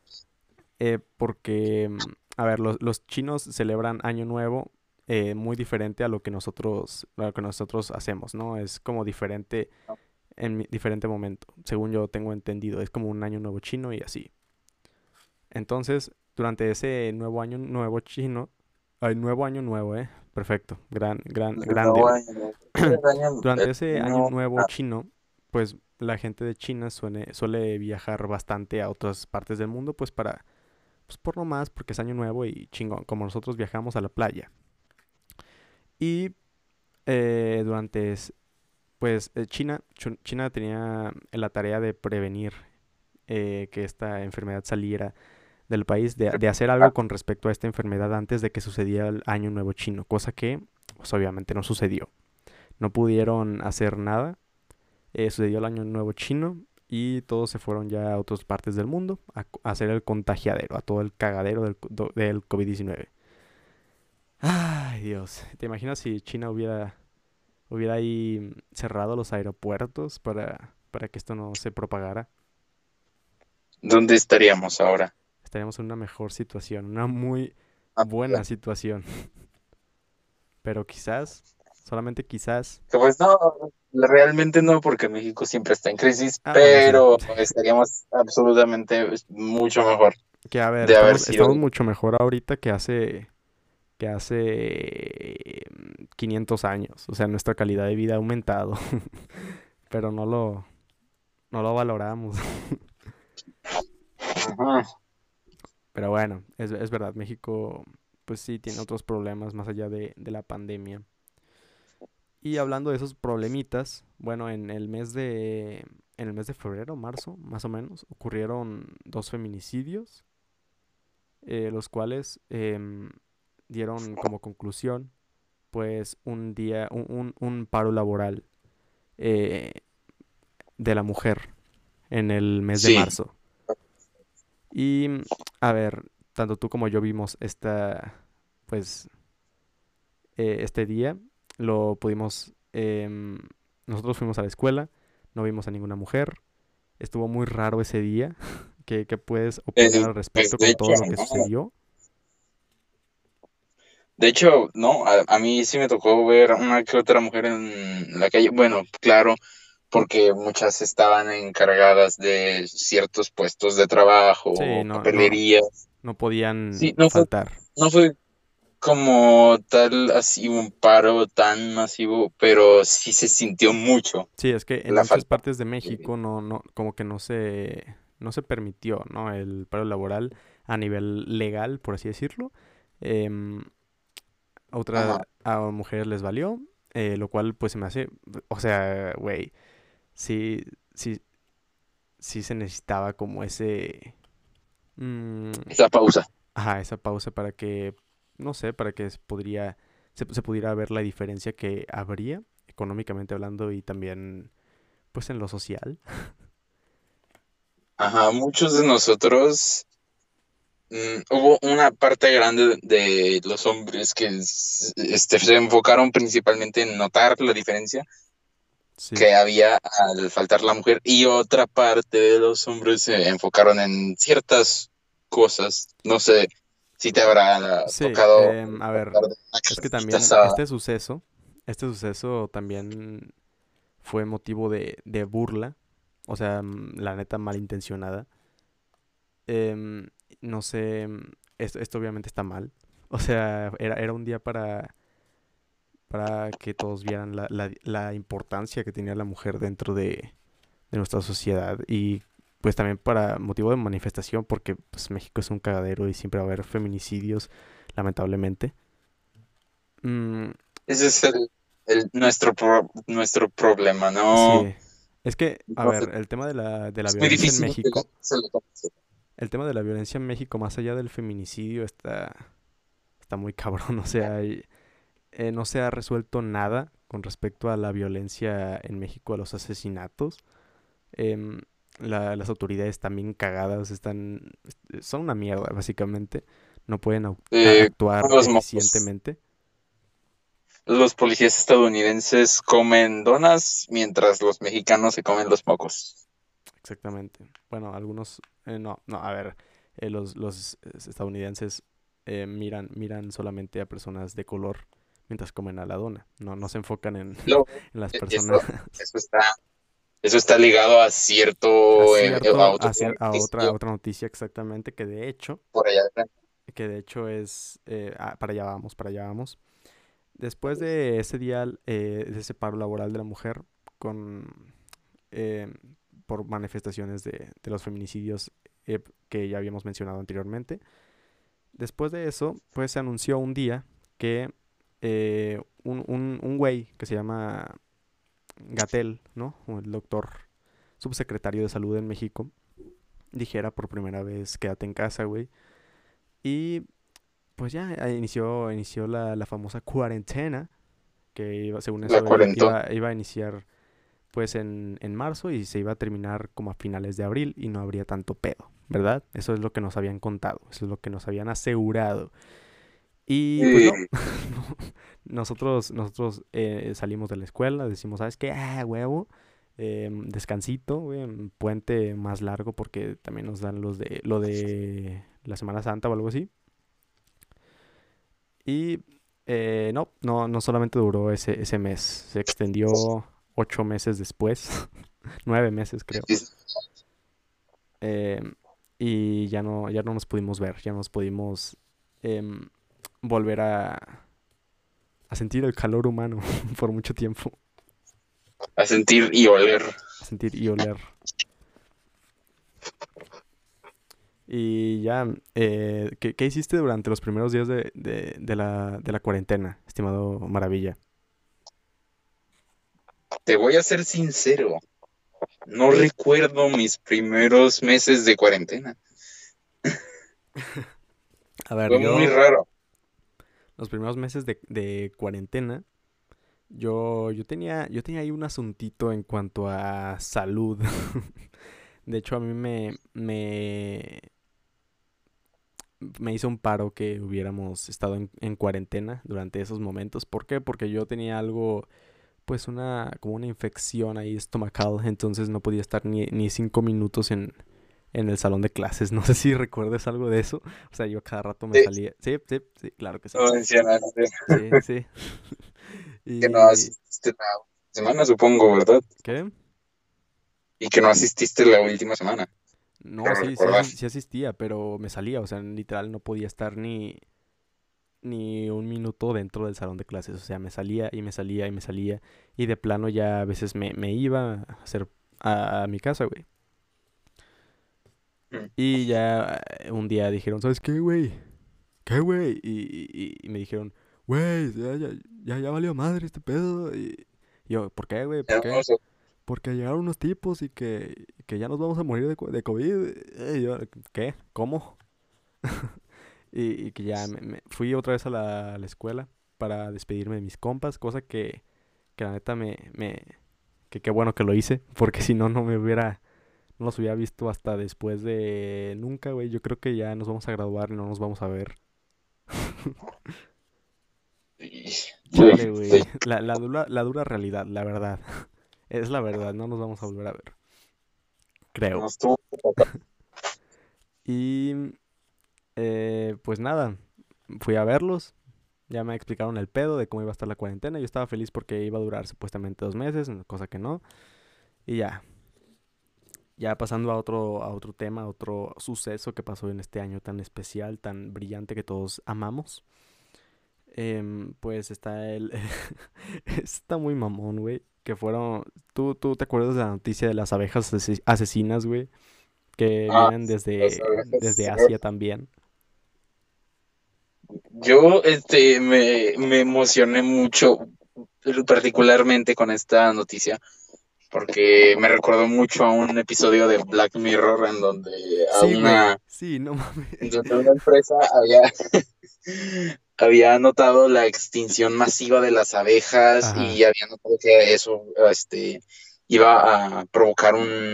porque, a ver, los chinos celebran Año Nuevo muy diferente a lo que nosotros hacemos, ¿no? Es como diferente en diferente momento, según yo tengo entendido. Es como un Año Nuevo chino y así. Entonces, durante ese nuevo año nuevo chino, el nuevo año nuevo, perfecto, grande, No, güey. bueno, el año, Durante ese año no, nuevo chino, pues la gente de China suele viajar bastante a otras partes del mundo, pues por lo más, porque es año nuevo y chingón, como nosotros viajamos a la playa. Y durante, pues China tenía la tarea de prevenir que esta enfermedad saliera del país, de hacer algo con respecto a esta enfermedad antes de que sucediera el año nuevo chino, cosa que pues obviamente no sucedió. No pudieron hacer nada. Sucedió el año nuevo chino y todos se fueron ya a otras partes del mundo a hacer el contagiadero, a todo el cagadero del COVID-19. Ay, Dios. ¿Te imaginas si China hubiera ahí cerrado los aeropuertos para que esto no se propagara? ¿dónde estaríamos ahora? Estaríamos en una mejor situación, una muy Ah, buena situación. Pero quizás, solamente quizás. que pues no, realmente no, porque México siempre está en crisis, Ah, bueno, sí. pero estaríamos absolutamente mucho mejor Que a ver, de haber estamos sido. mucho mejor ahorita que hace 500 años. O sea, nuestra calidad de vida ha aumentado, pero no lo valoramos. Ajá. Pero bueno, es verdad, México pues sí tiene otros problemas más allá de la pandemia. Y hablando de esos problemitas, bueno, en el mes de febrero, marzo, más o menos, ocurrieron dos feminicidios, los cuales dieron como conclusión pues un día, un paro laboral eh, de la mujer en el mes de Sí, marzo. Y a ver, tanto tú como yo vimos pues, este día, lo pudimos, nosotros fuimos a la escuela, no vimos a ninguna mujer, estuvo muy raro ese día. ¿Qué puedes opinar al pues respecto de con hecho, todo lo que no. sucedió? De hecho, no, a mí sí me tocó ver una que otra mujer en la calle. Bueno, claro, porque muchas estaban encargadas de ciertos puestos de trabajo Sí, o no, papelería. no podían Sí, no fue, faltar. no fue como tal así un paro tan masivo, pero sí se sintió mucho Sí, es que en la muchas falta. partes de México como que no se permitió, ¿no? El paro laboral a nivel legal, por así decirlo. Em, Ajá. a mujeres les valió, lo cual pues se me hace, o sea, güey, si, si, sí se necesitaba como ese... mm, Esa pausa. ajá, esa pausa para que, no sé, para que se pudiera ver la diferencia que habría económicamente hablando y también, pues, en lo social. Ajá, muchos de nosotros, hubo una parte grande de los hombres que se enfocaron principalmente en notar la diferencia Sí, que había al faltar la mujer y otra parte de los hombres se enfocaron en ciertas cosas. No sé si te habrá sí, tocado a ver, contar de una es que carnita también asada. este suceso también fue motivo de burla, o sea, la neta malintencionada. Em, no sé, esto obviamente está mal. O sea, era un día para que todos vieran la importancia que tenía la mujer dentro de nuestra sociedad y pues también para motivo de manifestación porque pues México es un cagadero y siempre va a haber feminicidios, lamentablemente. Mm, Ese es nuestro problema, no, sí, es que, a no sé, ver, el tema de la es muy violencia en difícil que México, se le conoce. el tema de la violencia en México, más allá del feminicidio, está muy cabrón, o sea, no se ha resuelto nada con respecto a la violencia en México, a los asesinatos. Em, las autoridades también cagadas, son una mierda, básicamente. No pueden Con actuar los mocos. eficientemente. Los policías estadounidenses comen donas mientras los mexicanos se comen los mocos. Exactamente. Bueno, algunos, no, a ver, los estadounidenses miran solamente a personas de color mientras comen a la dona. No se enfocan en, Luego, en las personas. eso, eso está, eso está ligado a a otro A episodio otra noticia exactamente, por allá de frente. que de hecho es, para allá vamos. Después de ese día, de ese paro laboral de la mujer con, eh, por manifestaciones de los feminicidios que ya habíamos mencionado anteriormente, después de eso, pues se anunció un día que un güey que se llama Gatel, ¿no? O el doctor subsecretario de salud en México, dijera por primera vez, quédate en casa, güey. Y pues ya inició la famosa cuarentena, que según La eso cuarentón. iba a iniciar pues en marzo y se iba a terminar como a finales de abril y no habría tanto pedo, ¿verdad? Eso es lo que nos habían contado, eso es lo que nos habían asegurado. Y pues no, Eh, nosotros salimos de la escuela, decimos, ¿sabes qué? Ah, huevo, descansito, güey, un puente más largo porque también nos dan lo de la Semana Santa o algo así. Y no solamente duró ese mes, se extendió 8 meses después, 9 meses creo. Eh, y ya no nos pudimos ver, ya no nos pudimos em, volver a sentir el calor humano por mucho tiempo, a sentir y oler. a sentir y oler. Y ya, ¿qué hiciste durante los primeros días de la cuarentena, estimado Maravilla? Te voy a ser sincero, no recuerdo mis primeros meses de cuarentena. A ver, Fue muy raro. los primeros meses de cuarentena, yo tenía ahí un asuntito en cuanto a salud. De hecho, a mí me hizo un paro que hubiéramos estado en cuarentena durante esos momentos. ¿Por qué? Porque yo tenía algo, pues como una infección ahí estomacal, entonces no podía estar ni 5 minutos en el salón de clases. No sé si recuerdas algo de eso. O sea, yo cada rato me Sí, salía. Sí, sí, sí, claro que sí. no mencionaste Sí, sí. que no Y... asististe la semana, supongo, ¿verdad? ¿Qué? Y que no asististe la última semana, No, creo recordar. sí asistía, pero me salía, o sea, literal no podía estar ni un minuto dentro del salón de clases, o sea, me salía y me salía y me salía y de plano ya a veces me iba a hacer a mi casa, güey. Mm. Y ya un día dijeron, ¿sabes qué, güey? ¿Qué, güey? Y me dijeron, güey, ya valió madre este pedo. Y yo, ¿por qué, güey? ¿Por qué? porque llegaron unos tipos y que ya nos vamos a morir de COVID. Y yo, ¿qué? ¿Cómo? Y que ya me fui otra vez a la escuela para despedirme de mis compas, cosa que la neta que qué bueno que lo hice, porque si no, no los hubiera visto hasta después de nunca, güey. Yo creo que ya nos vamos a graduar y no nos vamos a ver. Y- Chale, sí, güey. La dura realidad, la verdad. Es la verdad, no nos vamos a volver a ver. no Creo. estuvo. Y pues nada, fui a verlos. Ya me explicaron el pedo de cómo iba a estar la cuarentena. Yo estaba feliz porque iba a durar supuestamente 2 meses, cosa que no. Y ya, ya pasando a otro tema, a otro suceso que pasó en este año tan especial, tan brillante que todos amamos. Pues está está muy mamón, güey. Que fueron... ¿Tú te acuerdas de la noticia de las abejas asesinas, güey? Que Ah, vienen las desde abejas. Asia también. Yo me emocioné mucho, particularmente con esta noticia, porque me recordó mucho a un episodio de Black Mirror en donde Sí, güey. Sí, no mames. una empresa había notado la extinción masiva de las abejas Ajá. y había notado que eso iba a provocar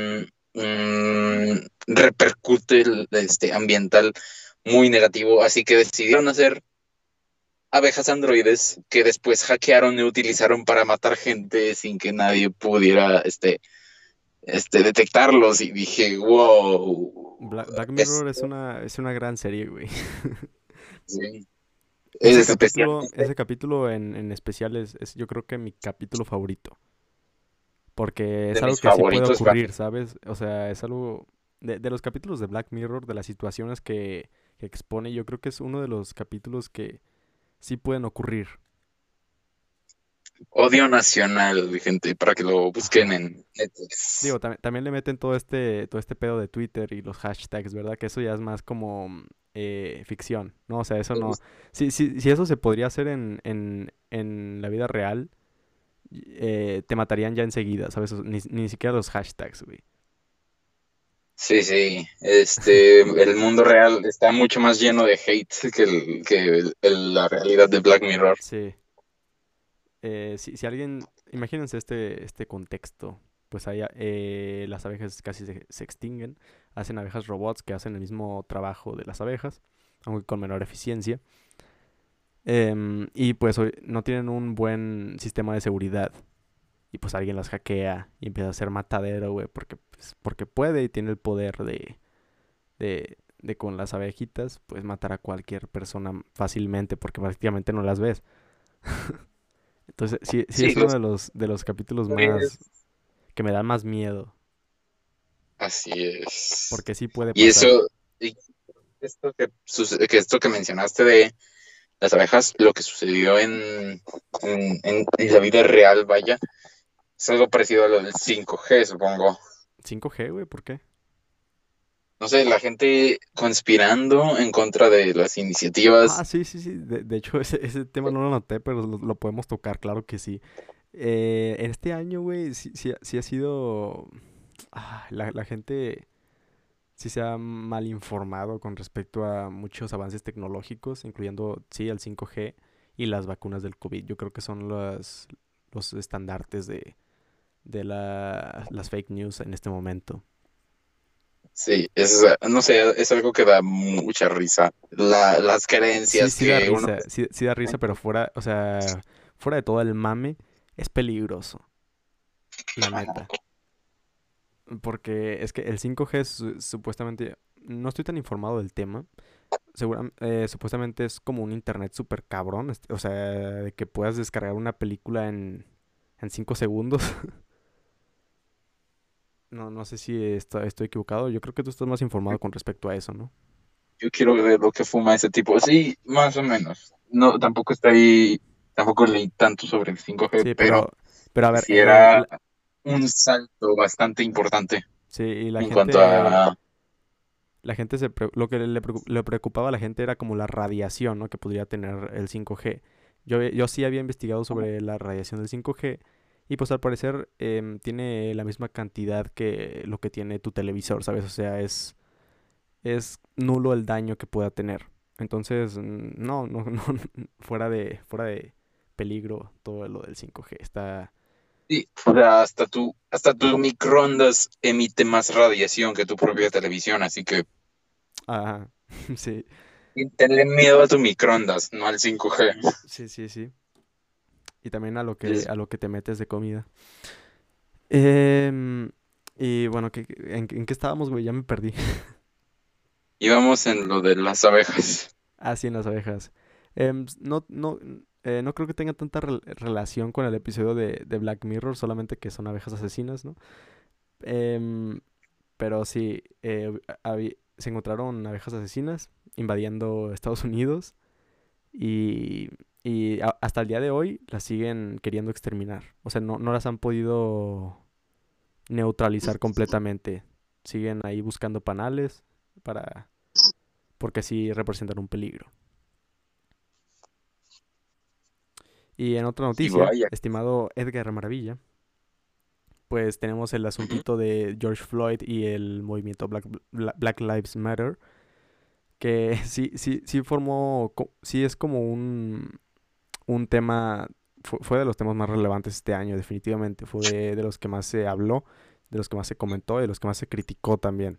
un repercute ambiental muy negativo, así que decidieron hacer abejas androides que después hackearon y utilizaron para matar gente sin que nadie pudiera detectarlos y dije, wow, Black Mirror es una gran serie, güey. sí, es Ese especialmente capítulo en especial yo creo que mi capítulo favorito. Porque de es algo mis que sí puede favoritos. ocurrir, ¿sabes? O sea, es algo... De los capítulos de Black Mirror, de las situaciones que expone, yo creo que es uno de los capítulos que sí pueden ocurrir. Odio Nacional, gente, para que lo busquen Ajá. en Digo, Netflix. también le meten todo este pedo de Twitter y los hashtags, ¿verdad? Que eso ya es más como ficción, ¿no? O sea, eso no... Si eso se podría hacer en la vida real, te matarían ya enseguida, ¿sabes? Ni siquiera los hashtags, güey. Sí, sí, el mundo real está mucho más lleno de hate la realidad de Black Mirror. Sí. Si alguien... Imagínense este contexto. Pues ahí las abejas casi se extinguen. Hacen abejas robots que hacen el mismo trabajo de las abejas, aunque con menor eficiencia. Y pues no tienen un buen sistema de seguridad. Y pues alguien las hackea y empieza a hacer matadero, güey, porque puede y tiene el poder de con las abejitas, pues matar a cualquier persona fácilmente, porque prácticamente no las ves. Entonces, sí, sí Sí, es uno de los capítulos más es- que me dan más miedo, así es. porque sí puede Y pasar. y esto que mencionaste de las abejas, lo que sucedió en la vida real, vaya, es algo parecido a lo del 5G, supongo. 5G, güey, ¿por qué? No sé, la gente conspirando en contra de las Ah, iniciativas. sí, sí, sí. De hecho, ese tema no lo noté, pero lo podemos tocar, claro que sí. En este año, güey, sí ha sido... la gente sí se ha mal informado con respecto a muchos avances tecnológicos, incluyendo, sí, el 5G y las vacunas del COVID. Yo creo que son los estandartes de las fake news en este momento. Sí, no sé, es algo que da mucha risa. Las Sí, creencias sí da que uno... risa, sí da risa, pero fuera, o sea, fuera de todo el mame, es peligroso, la neta. Porque es que el 5G supuestamente, no estoy tan informado del tema, supuestamente es como un internet súper cabrón, o sea, de que puedas descargar una película en 5 segundos. No sé si estoy equivocado, yo creo que tú estás más informado con respecto a eso, ¿no? Yo quiero ver lo que fuma ese tipo. Sí, más o menos. No, tampoco está ahí, tampoco leí tanto sobre el 5G, Sí, pero pero a ver, sí era un salto bastante importante sí, y la en cuanto gente, a... la gente lo que le preocupaba a la gente era como la radiación, ¿no? Que podría tener el 5G. Yo sí había investigado sobre la radiación del 5G Y pues al parecer tiene la misma cantidad que lo que tiene tu televisor, ¿sabes? O sea, es nulo el daño que pueda tener. Entonces, no, fuera de peligro todo lo del 5G. Sí, o sea, hasta tu microondas emite más radiación que tu propia televisión, así que Ah, sí, tenle miedo a tu microondas, no al 5G. sí, sí, sí. Y también Es- a lo que te metes de comida. Em, y bueno, ¿en qué estábamos, güey? Ya me perdí. Íbamos en lo de las abejas. Ah, sí, en las abejas. No creo que tenga tanta relación con el episodio de Black Mirror, solamente que son abejas asesinas, ¿no? Em, pero sí, se encontraron abejas asesinas invadiendo Estados Unidos y, hasta el día de hoy las siguen queriendo exterminar. O sea, no las han podido neutralizar completamente. Siguen ahí buscando panales para, porque sí representan un peligro. Y en otra Y noticia, vaya, estimado Edgar Maravilla, pues tenemos el ujú, asuntito de George Floyd y el movimiento Black Lives Matter, que sí formó, sí es como un tema, fue de los temas más relevantes este año, definitivamente. Fue de los que más se habló, de los que más se comentó y de los que más se criticó también.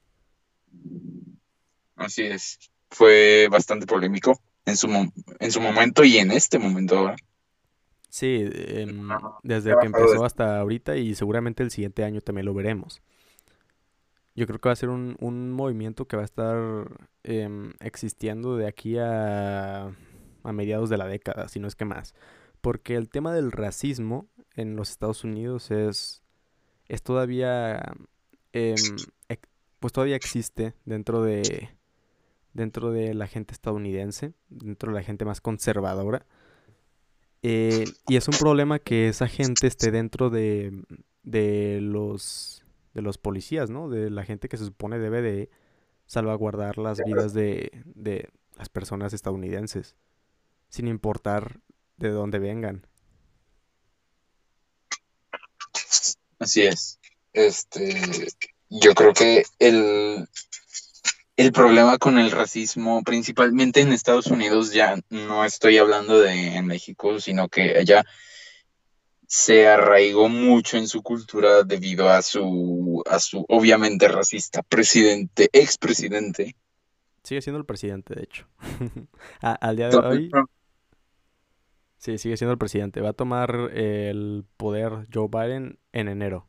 así es. Fue bastante polémico en su momento y en este momento ahora. Sí, ¿Qué ha desde que bajado de empezó hasta ahorita y seguramente el siguiente año también lo veremos. Yo creo que va a ser un movimiento que va a estar existiendo de aquí a mediados de la década, si no es que más. Porque el tema del racismo en los Estados Unidos es todavía, em, ex- pues todavía existe dentro de la gente estadounidense, dentro de la gente más conservadora. Y es un problema que esa gente esté dentro de de los policías, ¿no? De la gente que se supone debe de salvaguardar las vidas de las personas estadounidenses, sin importar de dónde vengan. Así es. Yo creo que el problema con el racismo, principalmente en Estados Unidos, ya no estoy hablando de en México, sino que allá se arraigó mucho en su cultura debido a su obviamente racista expresidente, Sigue siendo el presidente, de hecho. Al día de Donald hoy, Trump. sí, sigue siendo el presidente. Va a tomar el poder Joe Biden en enero.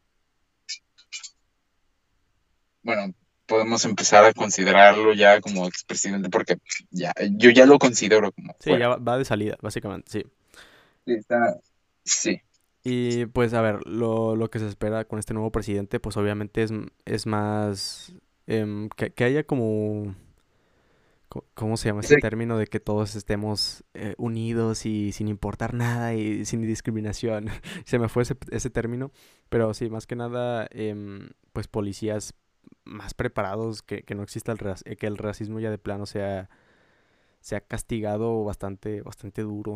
Bueno, podemos empezar a considerarlo ya como expresidente porque yo ya lo considero como Sí, ya fuera. va de salida, básicamente, sí. Sí, sí, Y pues a ver, lo que se espera con este nuevo presidente, pues obviamente es más que haya como, ¿cómo se llama este sí, término de que todos estemos unidos y sin importar nada y sin discriminación? Se me fue ese término, pero sí, más que nada, pues policías más preparados, que no exista que el racismo ya de plano sea castigado bastante duro.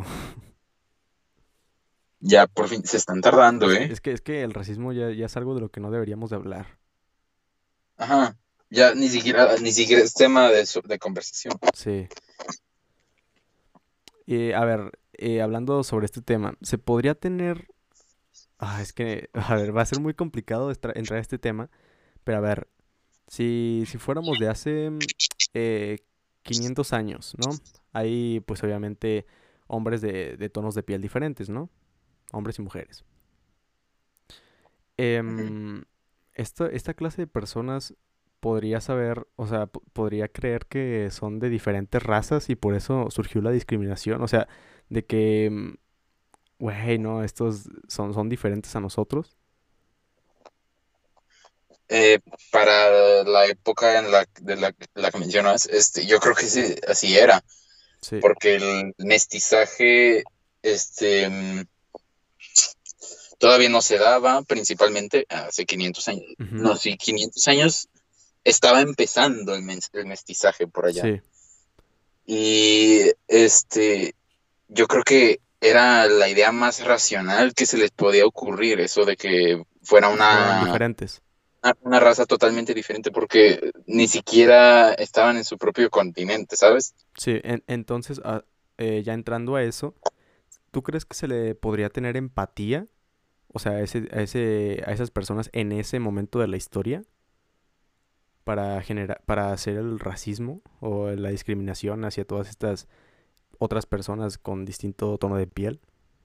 ya por fin se están tardando, ¿eh? Es que el racismo ya es algo de lo que no deberíamos de hablar. Ajá, ya ni siquiera es tema de conversación. Sí. A ver, hablando sobre este tema, ¿se podría tener... es que, a ver, va a ser muy complicado entrar a este tema, pero a ver, si fuéramos de hace eh, 500 años, ¿no? Hay, pues obviamente, hombres de tonos de piel diferentes, ¿no? Hombres y mujeres. Ujú. Em, esta clase de personas podría saber, o sea, podría creer que son de diferentes razas y por eso surgió la discriminación, o sea, de que güey, no, estos son diferentes a nosotros. Eh, para la época la que mencionas, yo creo que sí, así era, Sí. porque el mestizaje, este, todavía no se daba, principalmente hace 500 años. Ujú. No, sí, 500 años estaba empezando el mestizaje por allá. Sí. Y yo creo que era la idea más racional que se les podía ocurrir, eso de que fuera Fueran diferentes. una raza totalmente diferente, porque ni siquiera estaban en su propio continente, ¿sabes? Sí, entonces, ya entrando a eso, ¿tú crees que se le podría tener empatía? O sea, a esas personas en ese momento de la historia para hacer el racismo o la discriminación hacia todas estas otras personas con distinto tono de piel.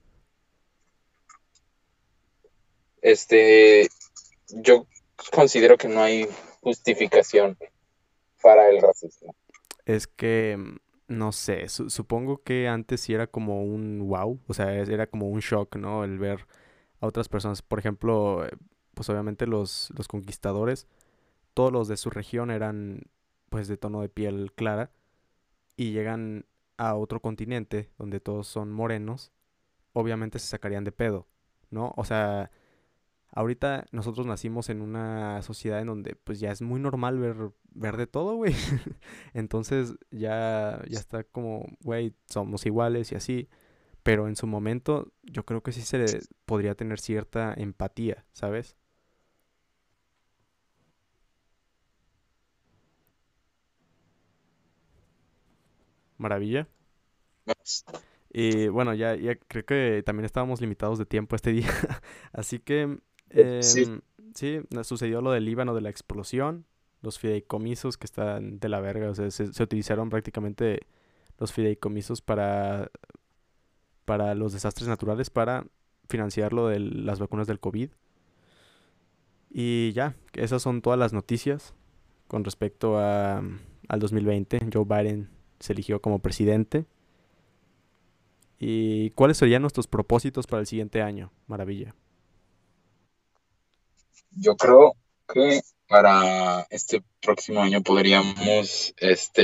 Este, yo considero que no hay justificación para el racismo. Es que, no sé, supongo que antes sí era como un wow, o sea, era como un shock, ¿no? El ver a otras personas, por ejemplo, pues obviamente los conquistadores, todos los de su región eran pues de tono de piel clara y llegan a otro continente donde todos son morenos, obviamente se sacarían de pedo, ¿no? O sea, ahorita nosotros nacimos en una sociedad en donde pues ya es muy normal ver de todo, güey. Entonces ya está como, güey, somos iguales y así. Pero en su momento yo creo que sí se le podría tener cierta empatía, ¿sabes? Maravilla. Y bueno, ya creo que también estábamos limitados de tiempo este día. Así que, Sí, sí, sucedió lo del Líbano, de la explosión, los fideicomisos que están de la verga. O sea, se utilizaron prácticamente los fideicomisos para los desastres naturales, para financiar lo de las vacunas del COVID. Y ya, esas son todas las noticias con respecto al 2020. Joe Biden se eligió como presidente. ¿Y cuáles serían nuestros propósitos para el siguiente año? Maravilla. yo creo que para este próximo año podríamos,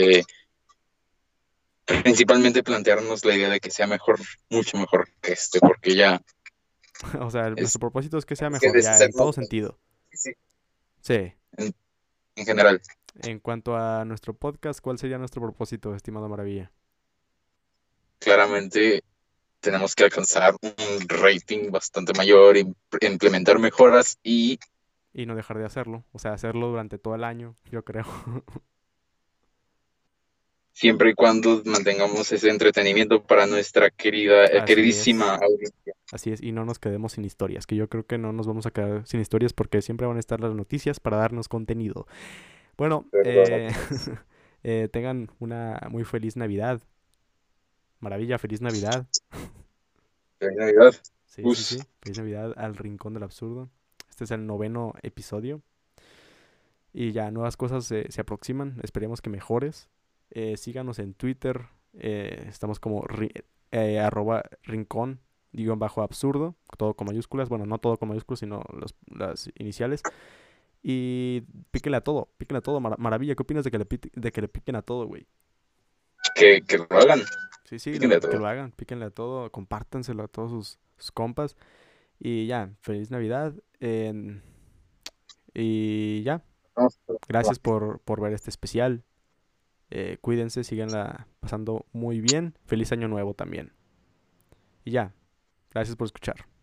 principalmente plantearnos la idea de que sea mejor, mucho mejor que porque ya O sea, nuestro es, propósito es que sea es que mejor, ya, en todo deshacernos, sentido. sí, Sí. en, en general. En cuanto a nuestro podcast, ¿cuál sería nuestro propósito, estimado Maravilla? Claramente tenemos que alcanzar un rating bastante mayor, implementar mejoras y Y no dejar de hacerlo. O sea, hacerlo durante todo el año, yo creo. siempre y cuando mantengamos ese entretenimiento para nuestra Así queridísima es. audiencia. Así es. Y no nos quedemos sin historias, que yo creo que no nos vamos a quedar sin historias porque siempre van a estar las noticias para darnos contenido. Bueno, Perdón. tengan una muy feliz Navidad. Maravilla, feliz Navidad. Feliz Navidad. Sí, sí, Gus. sí. Feliz Navidad al Rincón del Absurdo. Este es el 9º episodio. Y ya nuevas cosas se aproximan. Esperemos que mejores. Síganos en Twitter. Estamos como arroba rincón guión bajo absurdo. Todo con mayúsculas. Bueno, no todo con mayúsculas, sino las iniciales. Y píquenle a todo. Píquenle a todo. Maravilla. ¿Qué opinas de que le piquen a todo, güey? Que lo hagan. Sí, sí, Piquen de que todo. lo hagan. Píquenle a todo. Compártanselo a todos sus compas. Y ya, feliz Navidad. Y ya, gracias por ver este especial. Cuídense, síganla pasando muy bien. Feliz año nuevo también. Y ya, gracias por escuchar.